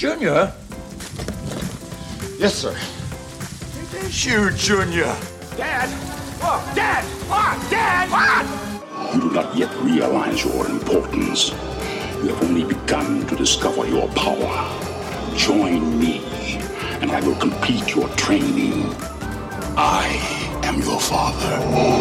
Junior? Yes, sir. It is you, Junior. Dad! Oh, Dad! Oh, Dad! What? You do not yet realize your importance. You have only begun to discover your power. Join me, and I will complete your training. I am your father.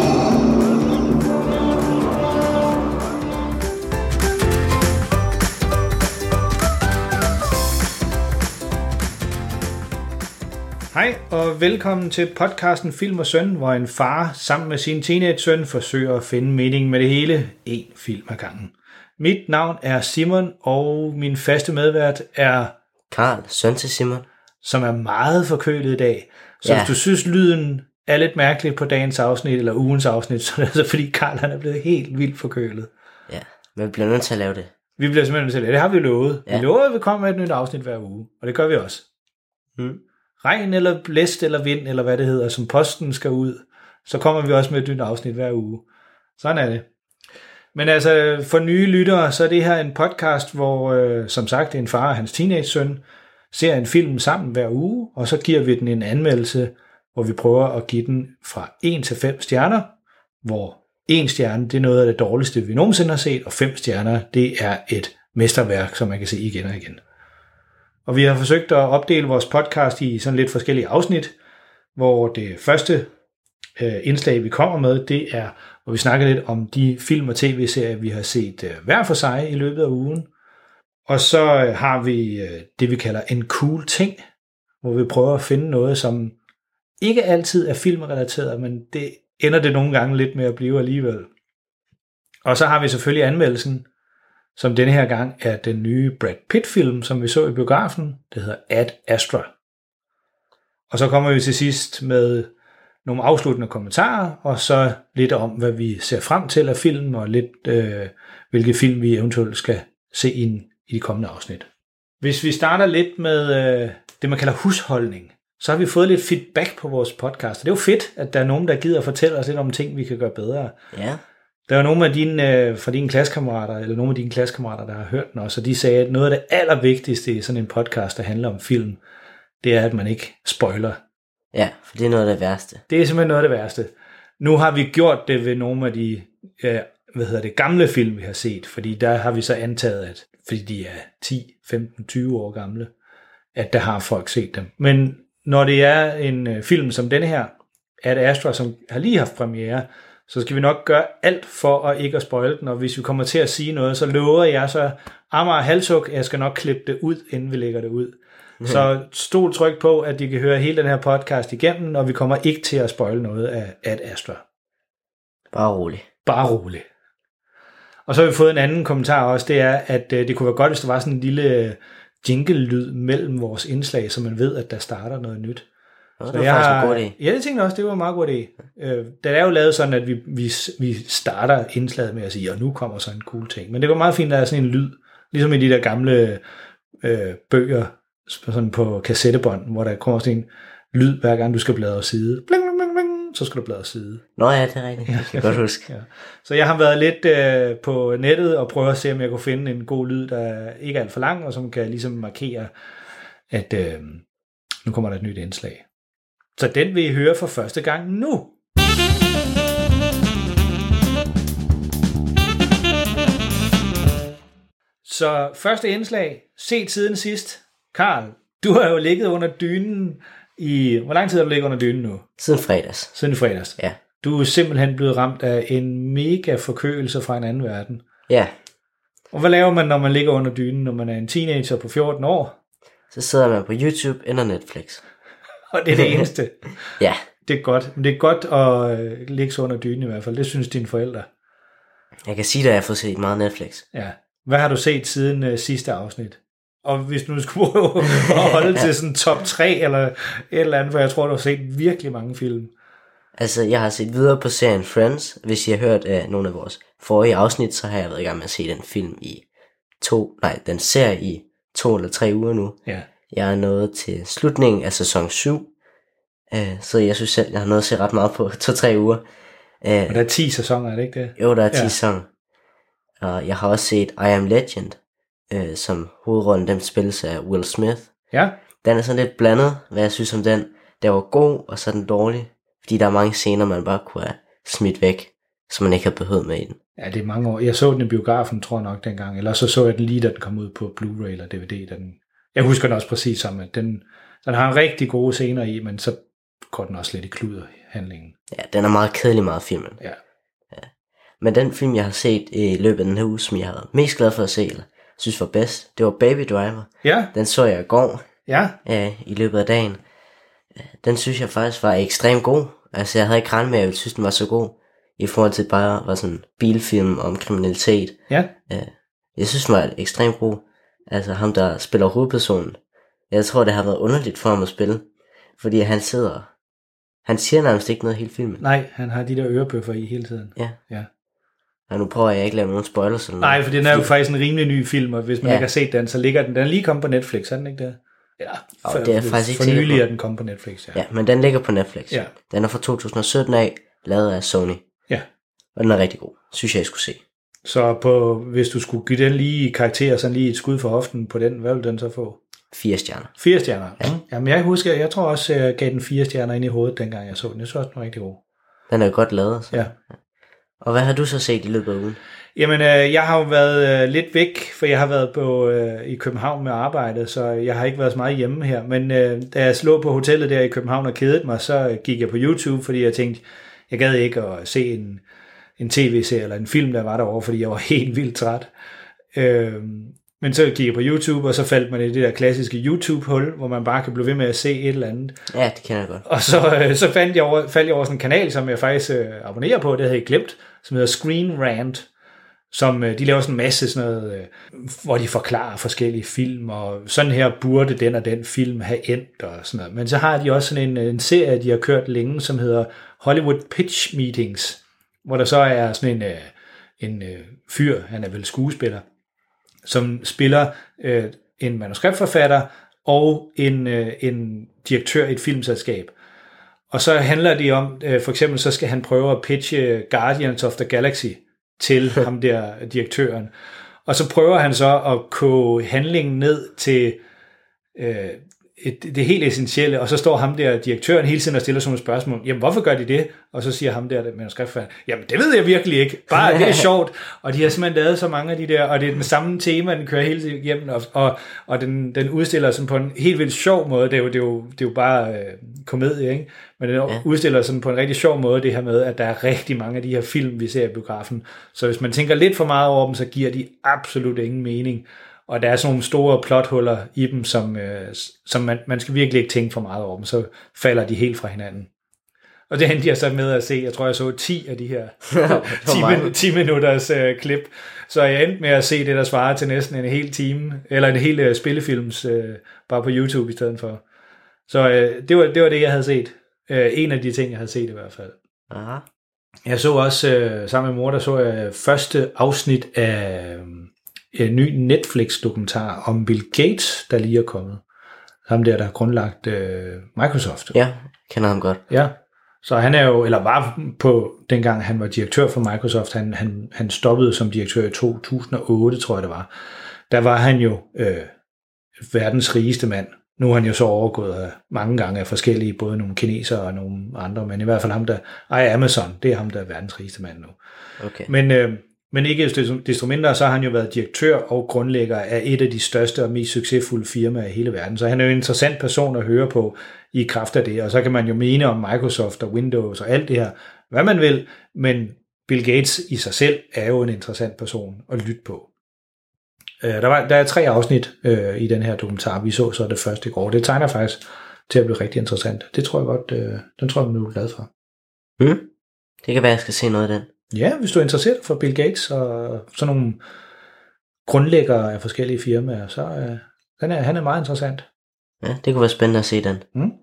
Hej og velkommen til podcasten Film og Søn, hvor en far sammen med sin teenage-søn forsøger at finde mening med det hele, en film ad gangen. Mit navn er Simon, og min faste medvært er Karl, søn til Simon, som er meget forkølet i dag. Så hvis du synes, lyden er lidt mærkelig på dagens afsnit eller ugens afsnit, så er det altså fordi Karl han er blevet helt vildt forkølet. Ja, men vi bliver nødt til at lave det. Vi bliver simpelthen nødt til at lave det. Det har vi lovet. Ja. Vi lover, at vi kommer med et nyt afsnit hver uge, og det gør vi også. Regn eller blæst eller vind, eller hvad det hedder, som posten skal ud, så kommer vi også med et nyt afsnit hver uge. Sådan er det. Men altså, for nye lyttere, så er det her en podcast, hvor, som sagt, en far og hans teenage-søn ser en film sammen hver uge, og så giver vi den en anmeldelse, hvor vi prøver at give den fra 1 til 5 stjerner, hvor 1 stjerne, det er noget af det dårligste, vi nogensinde har set, og 5 stjerner, det er et mesterværk, som man kan se igen og igen. Og vi har forsøgt at opdele vores podcast i sådan lidt forskellige afsnit, hvor det første indslag, vi kommer med, det er, hvor vi snakker lidt om de film og tv-serier, vi har set hver for sig i løbet af ugen. Og så har vi det, vi kalder en cool ting, hvor vi prøver at finde noget, som ikke altid er filmrelateret, men det ender det nogle gange lidt med at blive alligevel. Og så har vi selvfølgelig anmeldelsen, som denne her gang er den nye Brad Pitt-film, som vi så i biografen. Det hedder Ad Astra. Og så kommer vi til sidst med nogle afsluttende kommentarer, og så lidt om, hvad vi ser frem til af filmen, og lidt hvilke film vi eventuelt skal se ind i de kommende afsnit. Hvis vi starter lidt med det, man kalder husholdning, så har vi fået lidt feedback på vores podcast. Det er jo fedt, at der er nogen, der gider at fortælle os lidt om ting, vi kan gøre bedre. Ja. Der var nogle af dine klassekammerater, eller nogle af dine klassekammerater, der har hørt den også, og de sagde, at noget af det allervigtigste i sådan en podcast, der handler om film, det er, at man ikke spoiler. Ja, for det er noget af det værste. Det er simpelthen noget af det værste. Nu har vi gjort det ved nogle af de gamle film, vi har set, fordi der har vi så antaget, at fordi de er 10, 15, 20 år gamle, at der har folk set dem. Men når det er en film som denne her, Ad Astra, som har lige haft premiere, så skal vi nok gøre alt for at ikke at spoile den, og hvis vi kommer til at sige noget, så lover jeg så Amager Halshug, jeg skal nok klippe det ud, inden vi lægger det ud. Så stol tryk på, at de kan høre hele den her podcast igennem, og vi kommer ikke til at spoile noget af Ad Astra. Bare rolig. Bare rolig. Og så har vi fået en anden kommentar også, det er, at det kunne være godt, hvis der var sådan en lille jingle-lyd mellem vores indslag, så man ved, at der starter noget nyt. Det var faktisk en god idé. Ja, det tænkte jeg også, det var en meget god idé. Det er jo lavet sådan, at vi starter indslaget med at sige, og nu kommer så en cool ting. Men det var meget fint, at der er sådan en lyd, ligesom i de der gamle bøger, sådan på kassettebånd, hvor der kommer sådan en lyd, hver gang du skal bladre side. Bling, bling, bling, så skal du bladre side. Nå ja, det er rigtigt. Jeg kan godt huske. Ja. Så jeg har været lidt på nettet og prøvet at se, om jeg kunne finde en god lyd, der ikke er alt for lang, og som kan ligesom markere, at nu kommer der et nyt indslag. Så den vil I høre for første gang nu. Så første indslag, set siden sidst. Karl, du har jo ligget under dynen i... Hvor lang tid har du ligget under dynen nu? Siden fredags. Siden fredags? Ja. Du er simpelthen blevet ramt af en mega forkølelse fra en anden verden. Ja. Og hvad laver man, når man ligger under dynen, når man er en teenager på 14 år? Så sidder man på YouTube eller Netflix. Og det er det eneste. Ja. Det er godt. Men det er godt at ligge så under dynen i hvert fald. Det synes dine forældre. Jeg kan sige, at jeg har fået set meget Netflix. Ja. Hvad har du set siden sidste afsnit? Og hvis du skulle prøve at holde til sådan top 3 eller et eller andet, for jeg tror, du har set virkelig mange film. Altså, jeg har set videre på serien Friends. Hvis I har hørt nogle af vores forrige afsnit, så har jeg været i gang med at se den film den serie i 2 eller 3 uger nu. Ja. Jeg er nået til slutningen af sæson 7. Så jeg synes selv, jeg har nået at se ret meget på 2-3 uger. Og der er 10 sæsoner, er det ikke det? Jo, der er 10 sæsoner. Og jeg har også set I Am Legend. som hovedrollen, den spilles af Will Smith. Ja. Den er sådan lidt blandet, hvad jeg synes om den. Der var god, og så den dårlig. Fordi der er mange scener, man bare kunne have smidt væk, som man ikke havde behøvet med i den. Ja, det er mange år. Jeg så den i biografen, tror jeg nok, dengang. Eller så jeg den lige, da den kom ud på Blu-ray eller DVD. Jeg husker den også præcis som, at den har en rigtig gode scener i, men så går den også lidt i kluder i handlingen. Ja, den er meget kedelig, meget filmen. Ja. Men den film, jeg har set i løbet af den her uge, som jeg har mest glad for at se, eller synes var bedst, det var Baby Driver. Ja. Den så jeg i går, Ja. I løbet af dagen. Den synes jeg faktisk var ekstremt god. Altså jeg havde ikke regnet med, at jeg ville synes, den var så god, i forhold til bare var sådan en bilfilm om kriminalitet. Ja. Jeg synes, den var ekstremt god. Altså ham, der spiller hovedpersonen. Jeg tror, det har været underligt for ham at spille, fordi han siger nærmest ikke noget hele filmen. Nej, han har de der ørebøffer i hele tiden. Ja. Og nu prøver jeg ikke at lave nogen spoilers eller noget. Nej, for den er jo faktisk en rimelig ny film, og hvis man ikke har set den, så ligger den er lige kommet på Netflix, er den ikke det? Ja, det er faktisk ikke for nylig er den kommet på Netflix, ja, men den ligger på Netflix. Ja. Den er fra 2017 af, lavet af Sony. Ja. Og den er rigtig god, synes jeg skulle se. Så hvis du skulle give den lige karakter, sådan lige et skud for hoften på den, hvad vil den så få? 4 stjerner. 4 stjerner? Ja. Jamen jeg tror også, jeg gav den 4 stjerner ind i hovedet, dengang jeg så den. Jeg synes også, den var rigtig god. Den er jo godt lavet. Så. Ja. Og hvad har du så set i løbet af ugen? Jamen, jeg har jo været lidt væk, for jeg har været i København med arbejde, så jeg har ikke været så meget hjemme her. Men da jeg slog på hotellet der i København og kedede mig, så gik jeg på YouTube, fordi jeg tænkte, jeg gad ikke at se en tv-serie eller en film, der var derovre, fordi jeg var helt vildt træt. Men så gik jeg på YouTube, og så faldt man i det der klassiske YouTube-hul, hvor man bare kan blive ved med at se et eller andet. Ja, det kender jeg godt. Og så faldt jeg over sådan en kanal, som jeg faktisk abonnerer på, det havde jeg glemt, som hedder Screen Rant, som de laver sådan en masse sådan noget, hvor de forklarer forskellige film, og sådan her burde den og den film have endt, og sådan noget. Men så har de også sådan en serie, de har kørt længe, som hedder Hollywood Pitch Meetings, hvor der så er sådan en fyr, han er vel skuespiller, som spiller en manuskriptforfatter og en direktør i et filmselskab. Og så handler det om, for eksempel så skal han prøve at pitche Guardians of the Galaxy til ham der direktøren. Og så prøver han så at koge handlingen ned til det helt essentielle, og så står ham der direktøren hele tiden og stiller sådan nogle spørgsmål. Jamen, hvorfor gør de det? Og så siger ham der manuskriptforfatter, jamen, det ved jeg virkelig ikke. Bare, det er sjovt. Og de har simpelthen lavet så mange af de der, og det er den samme tema, den kører hele tiden igennem, og den udstiller sådan på en helt vildt sjov måde. Det er jo bare komedie, ikke? Men den udstiller sådan på en rigtig sjov måde det her med, at der er rigtig mange af de her film, vi ser i biografen. Så hvis man tænker lidt for meget over dem, så giver de absolut ingen mening. Og der er sådan nogle store plothuller i dem, som man skal virkelig ikke tænke for meget over dem, så falder de helt fra hinanden. Og det endte jeg så med at se, jeg tror jeg så 10 af de her 10 minutters klip, så jeg endte med at se det, der svarer til næsten en hel time, eller en hel spillefilms, bare på YouTube i stedet for. Så det var det, jeg havde set. En af de ting, jeg havde set i hvert fald. Aha. Jeg så også, sammen med mor, der så jeg første afsnit af en ny Netflix-dokumentar om Bill Gates, der lige er kommet. Ham der har grundlagt Microsoft. Ja, kender ham godt. Ja, så han er jo, eller var på, dengang han var direktør for Microsoft, han stoppede som direktør i 2008, tror jeg det var. Der var han jo verdens rigeste mand. Nu er han jo så overgået mange gange af forskellige, både nogle kinesere og nogle andre, men i hvert fald ham, der ejer Amazon, det er ham, der er verdens rigeste mand nu. Okay. Men ikke desto mindre, så har han jo været direktør og grundlægger af et af de største og mest succesfulde firmaer i hele verden. Så han er jo en interessant person at høre på i kraft af det, og så kan man jo mene om Microsoft og Windows og alt det her, hvad man vil, men Bill Gates i sig selv er jo en interessant person at lytte på. Der er 3 afsnit i den her dokumentar, vi så det første i går. Det tegner faktisk til at blive rigtig interessant. Det tror jeg godt, den tror jeg, du er glad for. Det kan være, jeg skal se noget af den. Ja, hvis du er interesseret for Bill Gates og sådan nogle grundlæggere af forskellige firmaer, så han er meget interessant. Ja, det kunne være spændende at se den.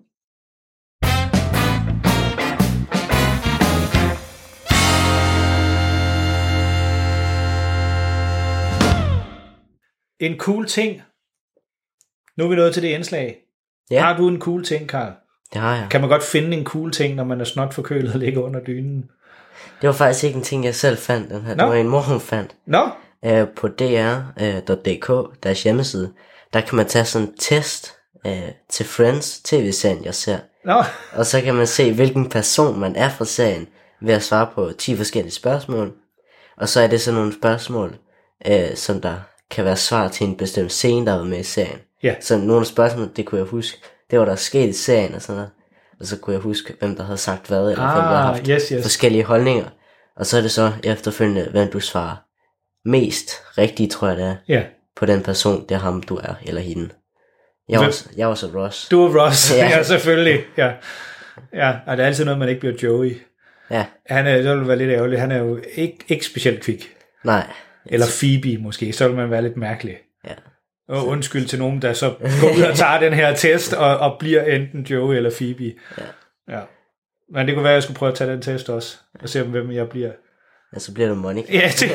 En cool ting. Nu er vi nået til det indslag. Ja. Har du en cool ting, Karl? Det har jeg. Kan man godt finde en cool ting, når man er snot forkølet og ligger under dynen? Det var faktisk ikke en ting, jeg selv fandt. Den her. Det var en mor, hun fandt. Nå? På dr.dk, deres hjemmeside, der kan man tage sådan en test til Friends tv-serien, jeg ser. Nå. Og så kan man se, hvilken person man er fra serien, ved at svare på 10 forskellige spørgsmål. Og så er det sådan nogle spørgsmål, som der kan være svar til en bestemt scene, der har været med i serien. Ja. Så nogle af spørgsmål, det kunne jeg huske, det var der sket i serien og sådan noget. Og så kunne jeg huske, hvem der havde sagt hvad, eller hvem der havde haft forskellige holdninger. Og så er det så efterfølgende, hvem du svarer mest rigtigt, tror jeg det er, på den person, det er ham, du er, eller hende. Jeg var så Ross. Du er Ross, ja, selvfølgelig. Ja, og det er altid noget, man ikke bliver Joey. Ja. Det vil være lidt ærgerligt. Han er jo ikke specielt kvik. Nej. Eller Phoebe måske, så vil man være lidt mærkelig. Ja. Og undskyld til nogen, der så går ud og tager den her test, og bliver enten Joey eller Phoebe. Ja. Men det kunne være, at jeg skulle prøve at tage den test også, og se hvem jeg bliver. Ja, så bliver du Monica. Ja, det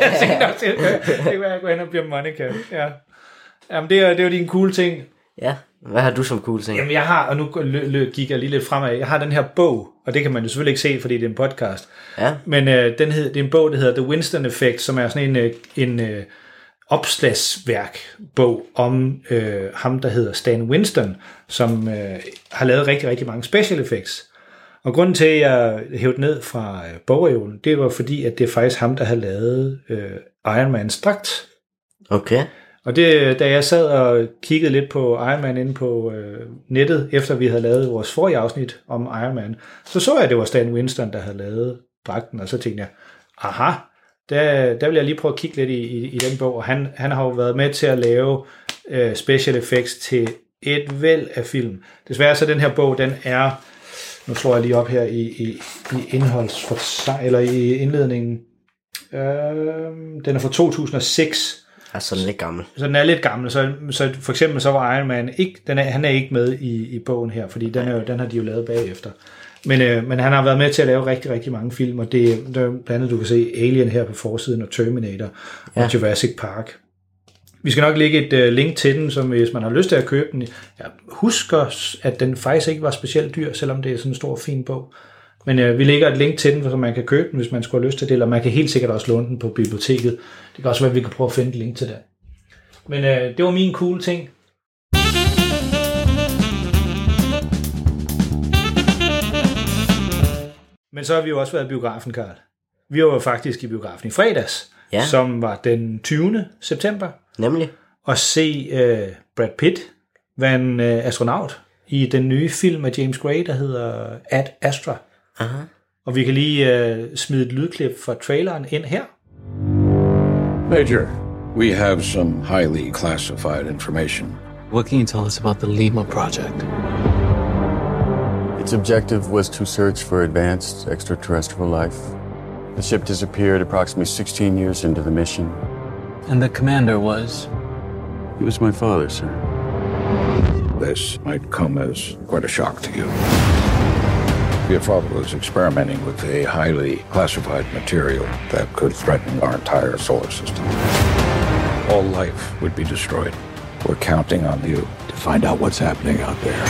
kan være, at jeg går hen og bliver Monica. Ja. Jamen, det er jo din cool ting. Ja, hvad har du som cool ting? Jamen, jeg har, og nu gik jeg lige lidt fremad, jeg har den her bog, og det kan man jo selvfølgelig ikke se, fordi det er en podcast. Ja. Men det er en bog, der hedder The Winston Effect, som er sådan en opslagsværk-bog om ham, der hedder Stan Winston, som har lavet rigtig, rigtig mange special effects. Og grunden til, at jeg hævde ned fra bogreolen, det var fordi, at det er faktisk ham, der har lavet Iron Mans dragt. Okay. Og det, da jeg sad og kiggede lidt på Iron Man inde på nettet, efter vi havde lavet vores forrige afsnit om Iron Man, så jeg, at det var Stan Winston, der havde lavet dragten, og så tænkte jeg, aha, der vil jeg lige prøve at kigge lidt i den bog, og han har jo været med til at lave special effects til et væld af film. Desværre så den her bog, den er, nu slår jeg lige op her i eller i indledningen, den er fra 2006. Altså den er lidt gammel. Så den er lidt gammel, så for eksempel så var Iron Man han er ikke med i bogen her, fordi den har de jo lavet bagefter. Men han har været med til at lave rigtig, rigtig mange film, og det er blandt andet, du kan se Alien her på forsiden, og Terminator, og Jurassic Park. Vi skal nok lægge et link til den, som hvis man har lyst til at købe den. Jeg husker, at den faktisk ikke var specielt dyr, selvom det er sådan en stor, fin bog. Men vi lægger et link til den, så man kan købe den, hvis man skulle have lyst til det, eller man kan helt sikkert også låne den på biblioteket. Det kan også være, at vi kan prøve at finde et link til det. Men det var min cool ting. Men så har vi jo også været i biografen, Karl. Vi var jo faktisk i biografen i fredags, som var den 20. september. Nemlig. Og se Brad Pitt være en astronaut i den nye film af James Gray, der hedder Ad Astra. Aha. Og vi kan lige smide et lydklip fra traileren ind her. Major, we have some highly classified information. What can you tell us about the Lima project? Its objective was to search for advanced extraterrestrial life. The ship disappeared approximately 16 years into the mission. And the commander was? He was my father, sir. This might come as quite a shock to you. Your father was experimenting with a highly classified material that could threaten our entire solar system. All life would be destroyed. We're counting on you to find out what's happening out there.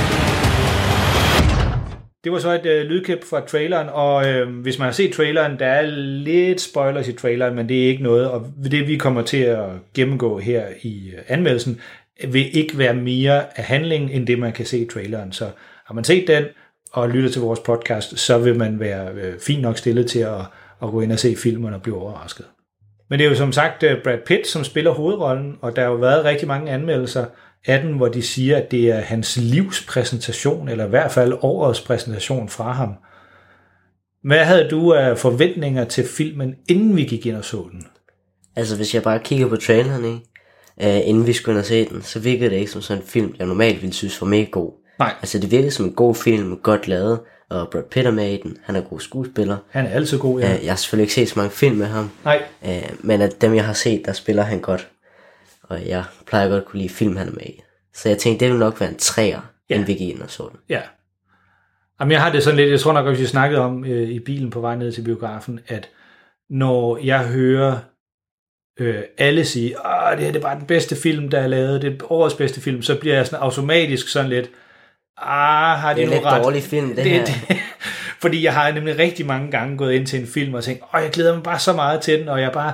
Det var så et lydklip fra traileren, og hvis man har set traileren, der er lidt spoilers i traileren, men det er ikke noget, og det vi kommer til at gennemgå her i anmeldelsen, vil ikke være mere af handlingen, end det man kan se i traileren. Så har man set den, og lytter til vores podcast, så vil man være fint nok stillet til at gå ind og se filmen og blive overrasket. Men det er jo som sagt Brad Pitt, som spiller hovedrollen, og der har jo været rigtig mange anmeldelser af den, hvor de siger, at det er hans livs præsentation, eller i hvert fald årets præsentation fra ham. Hvad havde du af forventninger til filmen, inden vi gik ind og så den? Altså, hvis jeg bare kigger på traileren, ikke? Inden vi skulle ind og se den, så virkede det ikke som sådan en film, jeg normalt ville synes var mega god. Nej. Altså, det virkede som en god film, godt lavet, og Brad Pitt er med i den. Han er god skuespiller. Han er altid god, ja. Jeg har selvfølgelig ikke set så mange film med ham. Nej. Men af dem, jeg har set, der spiller han godt. Og jeg plejer godt at kunne lide film, han er med i. Så jeg tænkte, det ville nok være en 3'er, inden vi gik ind og så den. Ja. Jamen, jeg har det sådan lidt, jeg tror nok, at vi snakkede om i bilen på vej ned til biografen, at når jeg hører alle sige, det her det er bare den bedste film, der er lavet, det er årets bedste film, så bliver jeg sådan automatisk sådan lidt, har de nu ret? Det er en lidt dårlig film, det her. Fordi jeg har nemlig rigtig mange gange gået ind til en film og tænkt, jeg glæder mig bare så meget til den, og jeg bare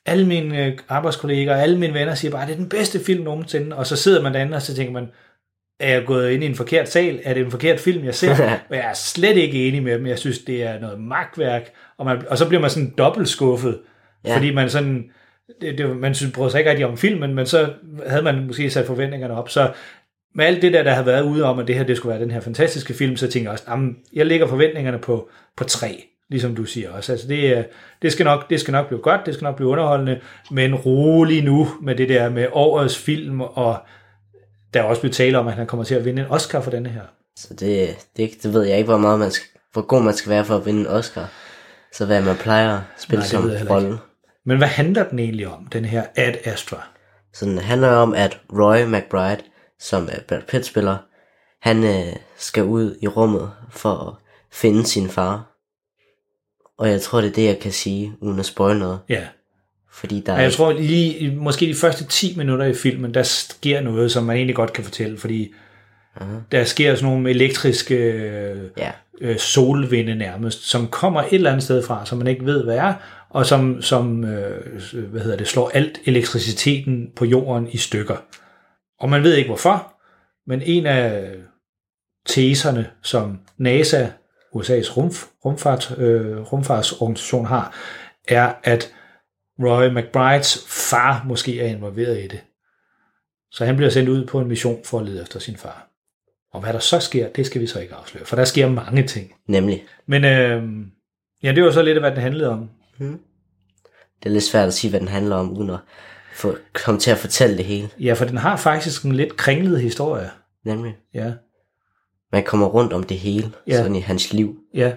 alle mine arbejdskolleger, alle mine venner siger bare, det er den bedste film nogensinde, og så sidder man derinde, og så tænker man, er jeg gået ind i en forkert sal? Er det en forkert film, jeg ser? Og jeg er slet ikke enig med dem. Jeg synes, det er noget magtværk, og så bliver man sådan dobbelt skuffet, fordi man sådan, man synes, bryder sig ikke rigtig om filmen, men så havde man måske sat forventningerne op, så med alt det der havde været ude om, at det her, det skulle være den her fantastiske film, så tænker jeg også, jeg lægger forventningerne på 3, ligesom du siger også. Altså det skal nok blive godt, det skal nok blive underholdende, men rolig nu med det der med årets film, og der er også blevet tale om, at han kommer til at vinde en Oscar for denne her. Så det ved jeg ikke, hvor god man skal være for at vinde en Oscar. Så hvad man plejer at spille som rolle. Men hvad handler den egentlig om, den her Ad Astra? Så den handler om, at Roy McBride, som Brad Pitt spiller, han skal ud i rummet for at finde sin far. Og jeg tror, det er det, jeg kan sige, uden at spoile noget. Ja. Fordi der jeg tror lige, måske de første 10 minutter i filmen, der sker noget, som man egentlig godt kan fortælle, fordi der sker sådan nogle elektriske solvinde nærmest, som kommer et eller andet sted fra, som man ikke ved, hvad er, og som slår alt elektriciteten på jorden i stykker. Og man ved ikke hvorfor, men en af teserne, som NASA, USA's rumfartsorganisation har, er, at Roy McBrides far måske er involveret i det. Så han bliver sendt ud på en mission for at lede efter sin far. Og hvad der så sker, det skal vi så ikke afsløre, for der sker mange ting. Nemlig. Men det var så lidt af, hvad den handlede om. Det er lidt svært at sige, hvad den handler om, uden at komme til at fortælle det hele. Ja, for den har faktisk en lidt kringlet historie. Nemlig. Ja. Man kommer rundt om det hele, sådan i hans liv. Ja.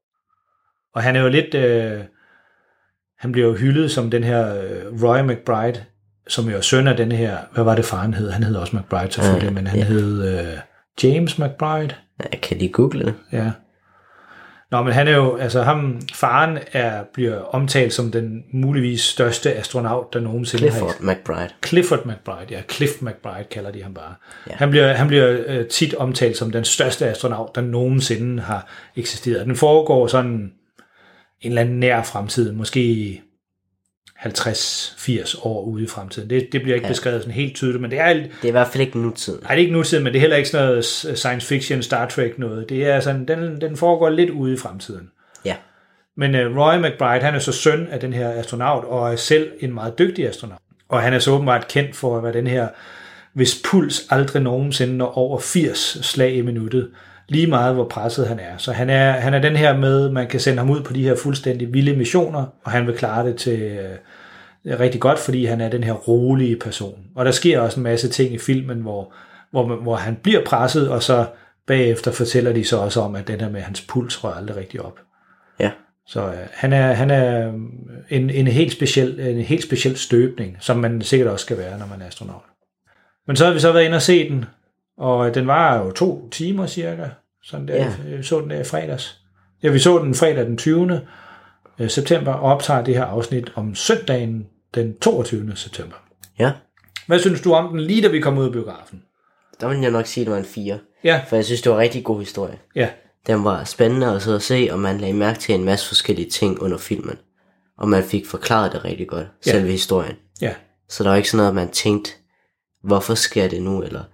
Og han er jo lidt... han bliver jo hyldet som den her Roy McBride, som jo er søn af denne her... Hvad var det faren hed? Han hed også McBride selvfølgelig, men han hed James McBride. Jeg kan lige google det. Ja. Nå, men han er jo... Altså faren bliver omtalt som den muligvis største astronaut, der nogensinde Clifford McBride, ja. Cliff McBride kalder de ham bare. Ja. Han bliver tit omtalt som den største astronaut, der nogensinde har eksisteret. Den foregår sådan en eller anden nær fremtid, måske 50-80 år ude i fremtiden. Det bliver ikke beskrevet sådan helt tydeligt, men det er i hvert fald ikke nutiden. Nej, det er ikke nutiden, men det er heller ikke sådan noget science fiction, Star Trek noget. Det er sådan, den foregår lidt ude i fremtiden. Ja. Men Roy McBride, han er så søn af den her astronaut, og er selv en meget dygtig astronaut. Og han er så åbenbart kendt for at være den her, hvis puls aldrig nogensinde når over 80 slag i minuttet, lige meget hvor presset han er. Så han er den her med, man kan sende ham ud på de her fuldstændig vilde missioner, og han vil klare det til rigtig godt, fordi han er den her rolige person. Og der sker også en masse ting i filmen, hvor han bliver presset, og så bagefter fortæller de så også om, at den her med hans puls rører aldrig rigtig op. Ja. Så han er en helt speciel støbning, som man sikkert også skal være, når man er astronaut. Men så har vi så været inde og se den, og den var jo 2 timer cirka, sådan der. Vi så den der i fredags. Ja, vi så den fredag den 20. september, og optager det her afsnit om søndagen den 22. september. Ja. Hvad synes du om den, lige da vi kom ud af biografen? Der vil jeg nok sige, at det var en 4. Ja. For jeg synes, det var en rigtig god historie. Ja. Den var spændende at sidde og se, og man lagde mærke til en masse forskellige ting under filmen. Og man fik forklaret det rigtig godt, selve historien. Ja. Så der var ikke sådan noget, man tænkte, hvorfor sker det nu, eller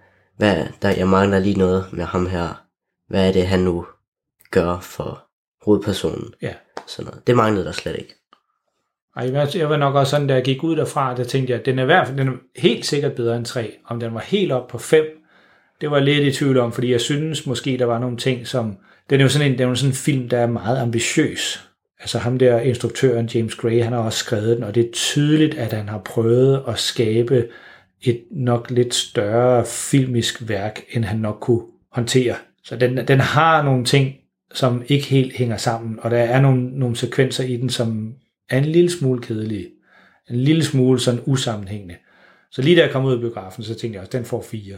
jeg mangler lige noget med ham her. Hvad er det, han nu gør for hovedpersonen? Ja. Sådan noget. Det manglede der slet ikke. Jeg var nok også sådan, da jeg gik ud derfra, der tænkte jeg, den er helt sikkert bedre end 3. Om den var helt op på 5, det var jeg lidt i tvivl om, fordi jeg synes måske, der var nogle ting, som... Den er jo sådan en film, der er meget ambitiøs. Altså ham der instruktøren, James Gray, han har også skrevet den, og det er tydeligt, at han har prøvet at skabe et nok lidt større filmisk værk, end han nok kunne håndtere. Så den har nogle ting, som ikke helt hænger sammen, og der er nogle sekvenser i den, som er en lille smule kedelige. En lille smule sådan usammenhængende. Så lige da jeg kom ud af biografen, så tænkte jeg også, den får 4.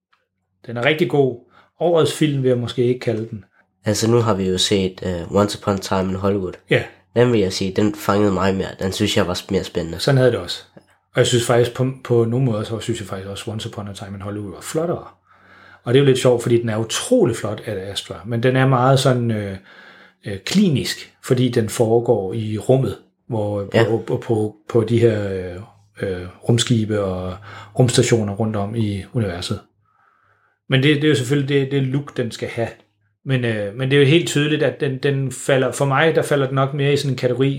Den er rigtig god. Årets film vil jeg måske ikke kalde den. Altså nu har vi jo set Once Upon a Time in Hollywood. Ja. Den vil jeg sige, den fangede mig mere. Den synes jeg var mere spændende. Sådan havde det også. Og jeg synes faktisk på nogle måder, så synes jeg faktisk også Once Upon a Time in Hollywood var flottere. Og det er jo lidt sjovt, fordi den er utrolig flot af Astra, men den er meget sådan klinisk, fordi den foregår i rummet. på de her rumskibe og rumstationer rundt om i universet. Men det er jo selvfølgelig det look, den skal have. Men det er jo helt tydeligt, at den falder, for mig, der falder den nok mere i sådan en kategori,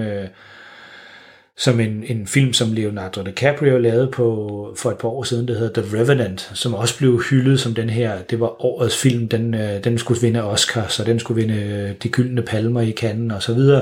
som en film, som Leonardo DiCaprio lavede for et par år siden, der hedder The Revenant, som også blev hyldet som den her, det var årets film, den skulle vinde Oscar, så den skulle vinde de gyldne palmer i Cannes og så videre.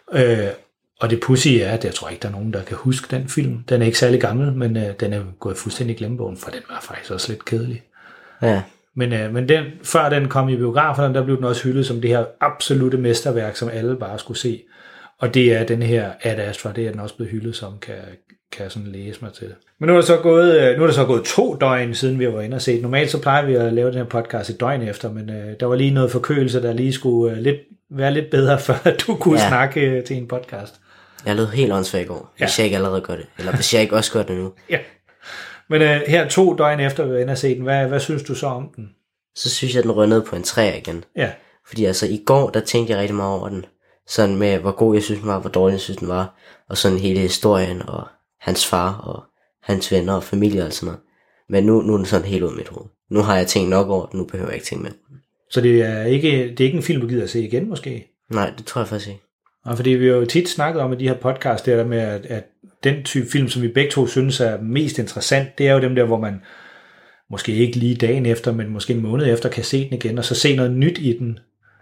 Og det pudsige er, at jeg tror ikke, der er nogen, der kan huske den film. Den er ikke særlig gammel, men den er gået fuldstændig i glemmebogen, for den var faktisk også lidt kedelig. Ja. Men før den kom i biograferne, der blev den også hyldet som det her absolute mesterværk, som alle bare skulle se. Og det er den her Ad Astra, det er den også blevet hyldet som, kan jeg sådan læse mig til. Men nu er der så gået 2 døgn, siden vi var inde og set. Normalt så plejer vi at lave den her podcast et døgn efter, men der var lige noget forkølelse, der lige skulle være lidt bedre, før du kunne snakke til en podcast. Jeg lød helt åndssvagt i går, hvis jeg ikke allerede gør det. Eller hvis jeg ikke også gør det nu. Ja. Men her 2 døgn efter vi var inde og set den, hvad synes du så om den? Så synes jeg, den rønnede på en 3 igen. Ja. Fordi altså i går, der tænkte jeg rigtig meget over den. Sådan med, hvor god jeg synes den var, hvor dårlig jeg synes den var. Og sådan hele historien, og hans far, og hans venner og familie og sådan noget. Men nu er den sådan helt ud af mit hoved. Nu har jeg tænkt nok over den, nu behøver jeg ikke tænke med. Så det er ikke en film, du gider at se igen måske? Nej, det tror jeg faktisk ikke. Ja, fordi vi har jo tit snakket om i de her podcasts, der med, at den type film, som vi begge to synes er mest interessant, det er jo dem der, hvor man måske ikke lige dagen efter, men måske en måned efter, kan se den igen, og så se noget nyt i den.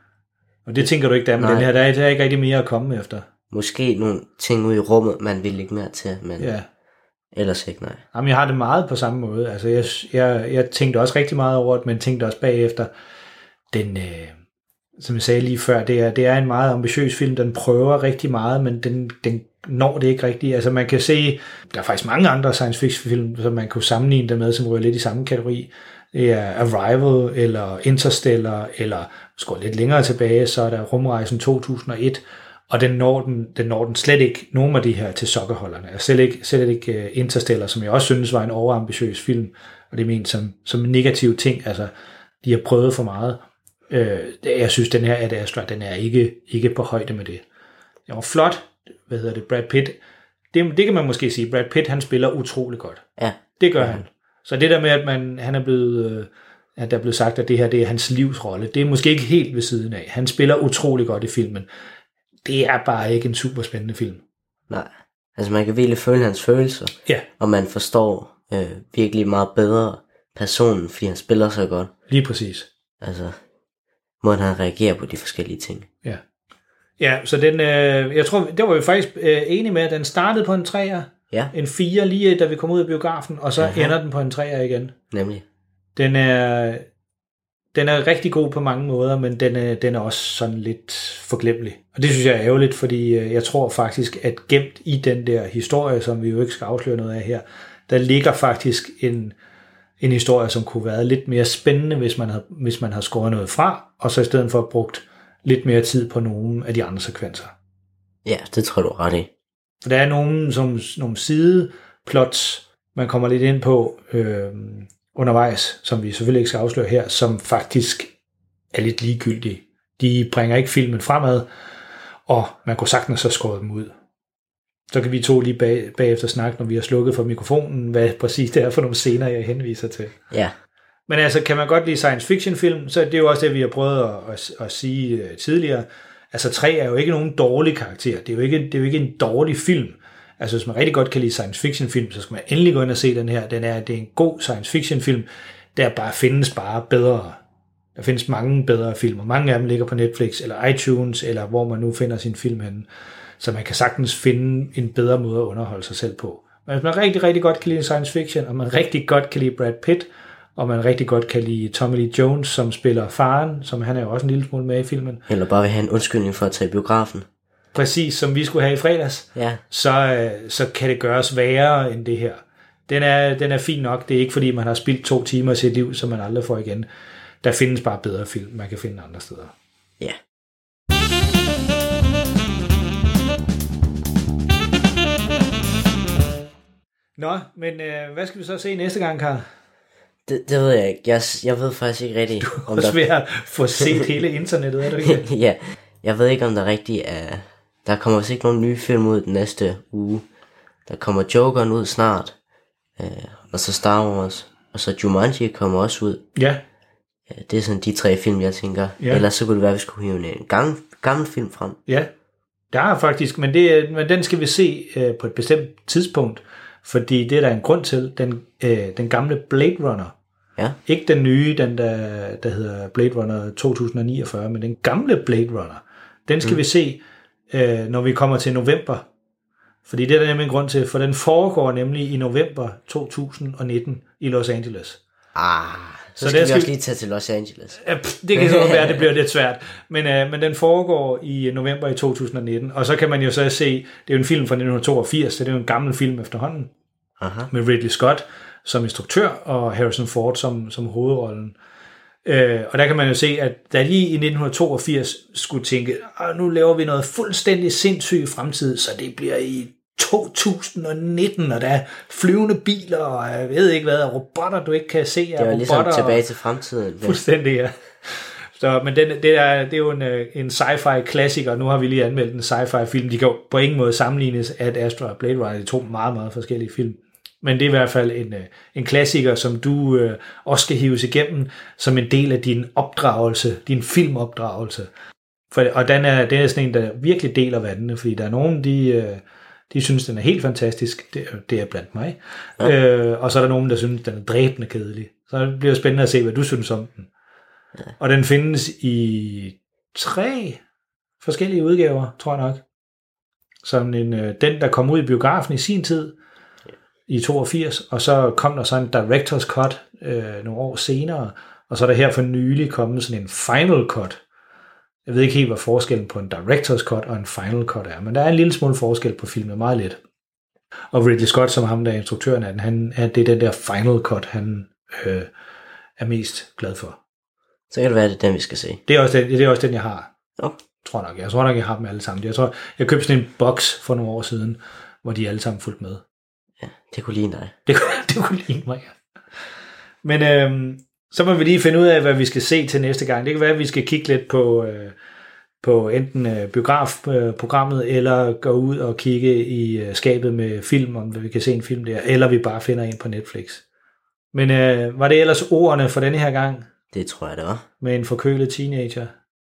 Og det tænker du ikke, der med den her, der er ikke rigtig mere at komme efter. Måske nogle ting ude i rummet, man vil lægge mere til, men ellers ikke, nej. Jamen, jeg har det meget på samme måde. Altså, jeg tænkte også rigtig meget over det, men tænkte også bagefter, den, som jeg sagde lige før, det er en meget ambitiøs film, den prøver rigtig meget, men den når det ikke rigtigt. Altså, man kan se, der er faktisk mange andre science fiction film, som man kunne sammenligne det med, som ryger lidt i samme kategori. Det er Arrival, eller Interstellar, eller måske lidt længere tilbage, så er der Rumrejsen 2001, og den når den slet ikke nogen af de her til sokkerholderne. Slet ikke Interstellar, som jeg også synes var en overambitiøs film, og det er ment som en negativ ting. Altså, de har prøvet for meget. Jeg synes, den her Ad Astra, den er ikke på højde med det. Det var flot. Brad Pitt. Det kan man måske sige. Brad Pitt, han spiller utrolig godt. Ja. Det gør han. Så det der med, at der er blevet sagt, at det her det er hans livsrolle, det er måske ikke helt ved siden af. Han spiller utrolig godt i filmen. Det er bare ikke en super spændende film. Nej. Altså man kan virkelig føle hans følelser. Ja. Og man forstår virkelig meget bedre personen, fordi han spiller så godt. Lige præcis. Altså, måden han reagerer på de forskellige ting. Ja. Ja, så den, jeg tror, det var vi faktisk enige med, at den startede på en 3'er. Ja. En 4 lige da vi kom ud af biografen, og så ender den på en 3'er igen. Nemlig. Den er rigtig god på mange måder, men den er også sådan lidt forglemmelig. Og det synes jeg er ærgerligt, fordi jeg tror faktisk, at gemt i den der historie, som vi jo ikke skal afsløre noget af her, der ligger faktisk en historie, som kunne være lidt mere spændende, hvis man havde skåret noget fra, og så i stedet for brugt lidt mere tid på nogle af de andre sekvenser. Ja, det tror du ret i. For der er nogle sideplots, man kommer lidt ind på undervejs, som vi selvfølgelig ikke skal afsløre her, som faktisk er lidt ligegyldige. De bringer ikke filmen fremad, og man kunne sagtens have skåret dem ud. Så kan vi to lige bagefter snakke, når vi har slukket for mikrofonen, hvad præcis det er for nogle scener, jeg henviser til. Ja. Men altså, kan man godt lide science fiction film, så det er jo også det, vi har prøvet at sige tidligere. Altså 3 er jo ikke nogen dårlig karakter. Det er jo ikke en dårlig film. Altså hvis man rigtig godt kan lide science fiction film, så skal man endelig gå ind og se den her. Det er en god science fiction film, der findes bare bedre. Der findes mange bedre film, og mange af dem ligger på Netflix, eller iTunes, eller hvor man nu finder sin film henne. Så man kan sagtens finde en bedre måde at underholde sig selv på. Men hvis man rigtig, rigtig godt kan lide science fiction, og man rigtig godt kan lide Brad Pitt, og man rigtig godt kan lide Tommy Lee Jones, som spiller faren, som han er jo også en lille smule med i filmen. Eller bare vil have en undskyldning for at tage biografen. Præcis, som vi skulle have i fredags. Ja. Så kan det gøres værre end det her. Den er fin nok. Det er ikke fordi, man har spildt 2 timer af sit liv, som man aldrig får igen. Der findes bare bedre film, man kan finde andre steder. Ja. Nå, men hvad skal vi så se næste gang, Karl? Det ved jeg ikke. Jeg ved faktisk ikke rigtigt. Du er også ved at få set hele internettet, er du ikke? Ja, jeg ved ikke, om der rigtig Der kommer vist ikke nogen nye film ud den næste uge. Der kommer Jokeren ud snart, og så Star Wars, og så Jumanji kommer også ud. Ja. Det er sådan de 3 film, jeg tænker. Ja. Ellers så kunne det være, at vi skulle hive en gammel film frem. Ja, der er faktisk, men den skal vi se på et bestemt tidspunkt, fordi det er der en grund til. Den gamle Blade Runner. Ja. Ikke den nye, den der hedder Blade Runner 2049, men den gamle Blade Runner. Den skal vi se, når vi kommer til november. Fordi det er der nemlig en grund til, for den foregår nemlig i november 2019 i Los Angeles. Så skal vi også lige tage til Los Angeles. Det kan så være, at det bliver lidt svært. Men den foregår i november i 2019, og så kan man jo så se, det er jo en film fra 1982, så det er jo en gammel film efterhånden. Aha. Med Ridley Scott som instruktør, og Harrison Ford som hovedrollen. Og der kan man jo se, at da de i 1982 skulle tænke, nu laver vi noget fuldstændig sindssygt i fremtiden, så det bliver i 2019, og der er flyvende biler, og jeg ved ikke hvad, robotter, du ikke kan se. Det var ligesom tilbage til fremtiden. Fuldstændig, ja. Så, men det er jo en sci-fi klassiker. Nu har vi lige anmeldt en sci-fi film. De kan jo på ingen måde sammenlignes Ad Astra og Blade Runner. De 2 meget, meget forskellige film. Men det er i hvert fald en klassiker, som du også skal hives igennem som en del af din opdragelse, din filmopdragelse. Og den er sådan en, der virkelig deler vandene, fordi der er nogen, de synes, den er helt fantastisk. Det er blandt mig. Ja. Og så er der nogen, der synes, den er dræbende kedelig. Så det bliver spændende at se, hvad du synes om den. Ja. Og den findes i 3 forskellige udgaver, tror jeg nok. Som den, der kom ud i biografen i sin tid, i 82, og så kom der så en director's cut nogle år senere, og så er der her for nylig kommet sådan en final cut. Jeg ved ikke helt, hvad forskellen på en director's cut og en final cut er, men der er en lille smule forskel på filmen, meget lidt. Og Ridley Scott, som ham der er instruktøren af den, det er den der final cut, han er mest glad for. Så kan det være, det er den, vi skal se. Det er også den, jeg har. Tror nok. Jeg tror nok, jeg har dem alle sammen. Jeg købte sådan en boks for nogle år siden, hvor de alle sammen fulgte med. Ja, det kunne ligne dig. Det kunne ligne mig, ja. Men så må vi lige finde ud af, hvad vi skal se til næste gang. Det kan være, at vi skal kigge lidt på enten biografprogrammet, eller gå ud og kigge i skabet med film, om vi kan se en film der, eller vi bare finder en på Netflix. Men var det ellers ordene for denne her gang? Det tror jeg, det var. Med en forkølet teenager.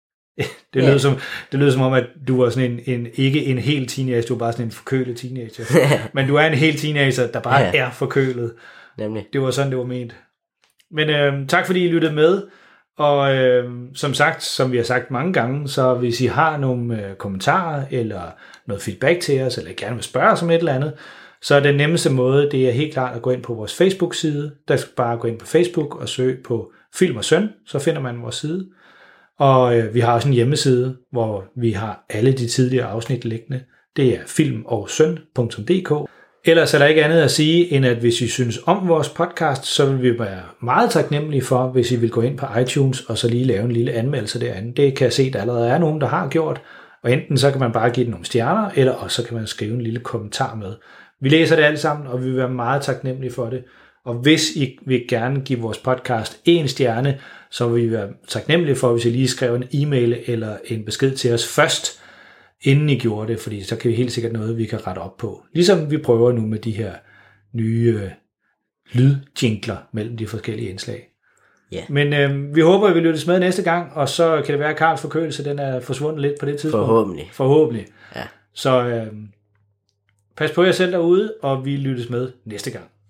Det lød som om, at du var sådan ikke en hel teenager, du var bare sådan en forkølet teenager. Men du er en hel teenager, der bare er forkølet. Nemlig. Det var sådan, det var ment. Men tak fordi I lyttede med. Og som sagt, som vi har sagt mange gange, så hvis I har nogle kommentarer, eller noget feedback til os, eller gerne vil spørge os om et eller andet, så er den nemmeste måde, det er helt klart at gå ind på vores Facebook-side. Der skal bare gå ind på Facebook og søge på Film og Søn, så finder man vores side. Og vi har også en hjemmeside, hvor vi har alle de tidligere afsnit liggende. Det er filmogsøn.dk. Ellers er der ikke andet at sige, end at hvis I synes om vores podcast, så vil vi være meget taknemmelige for, hvis I vil gå ind på iTunes og så lige lave en lille anmeldelse derinde. Det kan jeg se, der allerede er nogen, der har gjort. Og enten så kan man bare give den nogle stjerner, eller også så kan man skrive en lille kommentar med. Vi læser det alle sammen, og vi vil være meget taknemmelige for det. Og hvis I vil gerne give vores podcast 1 stjerne, så vil vi være taknemmelige for, hvis I lige skriver en e-mail eller en besked til os først, inden I gjorde det, fordi så kan vi helt sikkert noget, vi kan rette op på. Ligesom vi prøver nu med de her nye lydjingler mellem de forskellige indslag. Yeah. Men vi håber, at vi lyttes med næste gang, og så kan det være, at Karls forkølelse den er forsvundet lidt på det tidspunkt. Forhåbentlig. Ja. Så pas på jer selv derude, og vi lyttes med næste gang.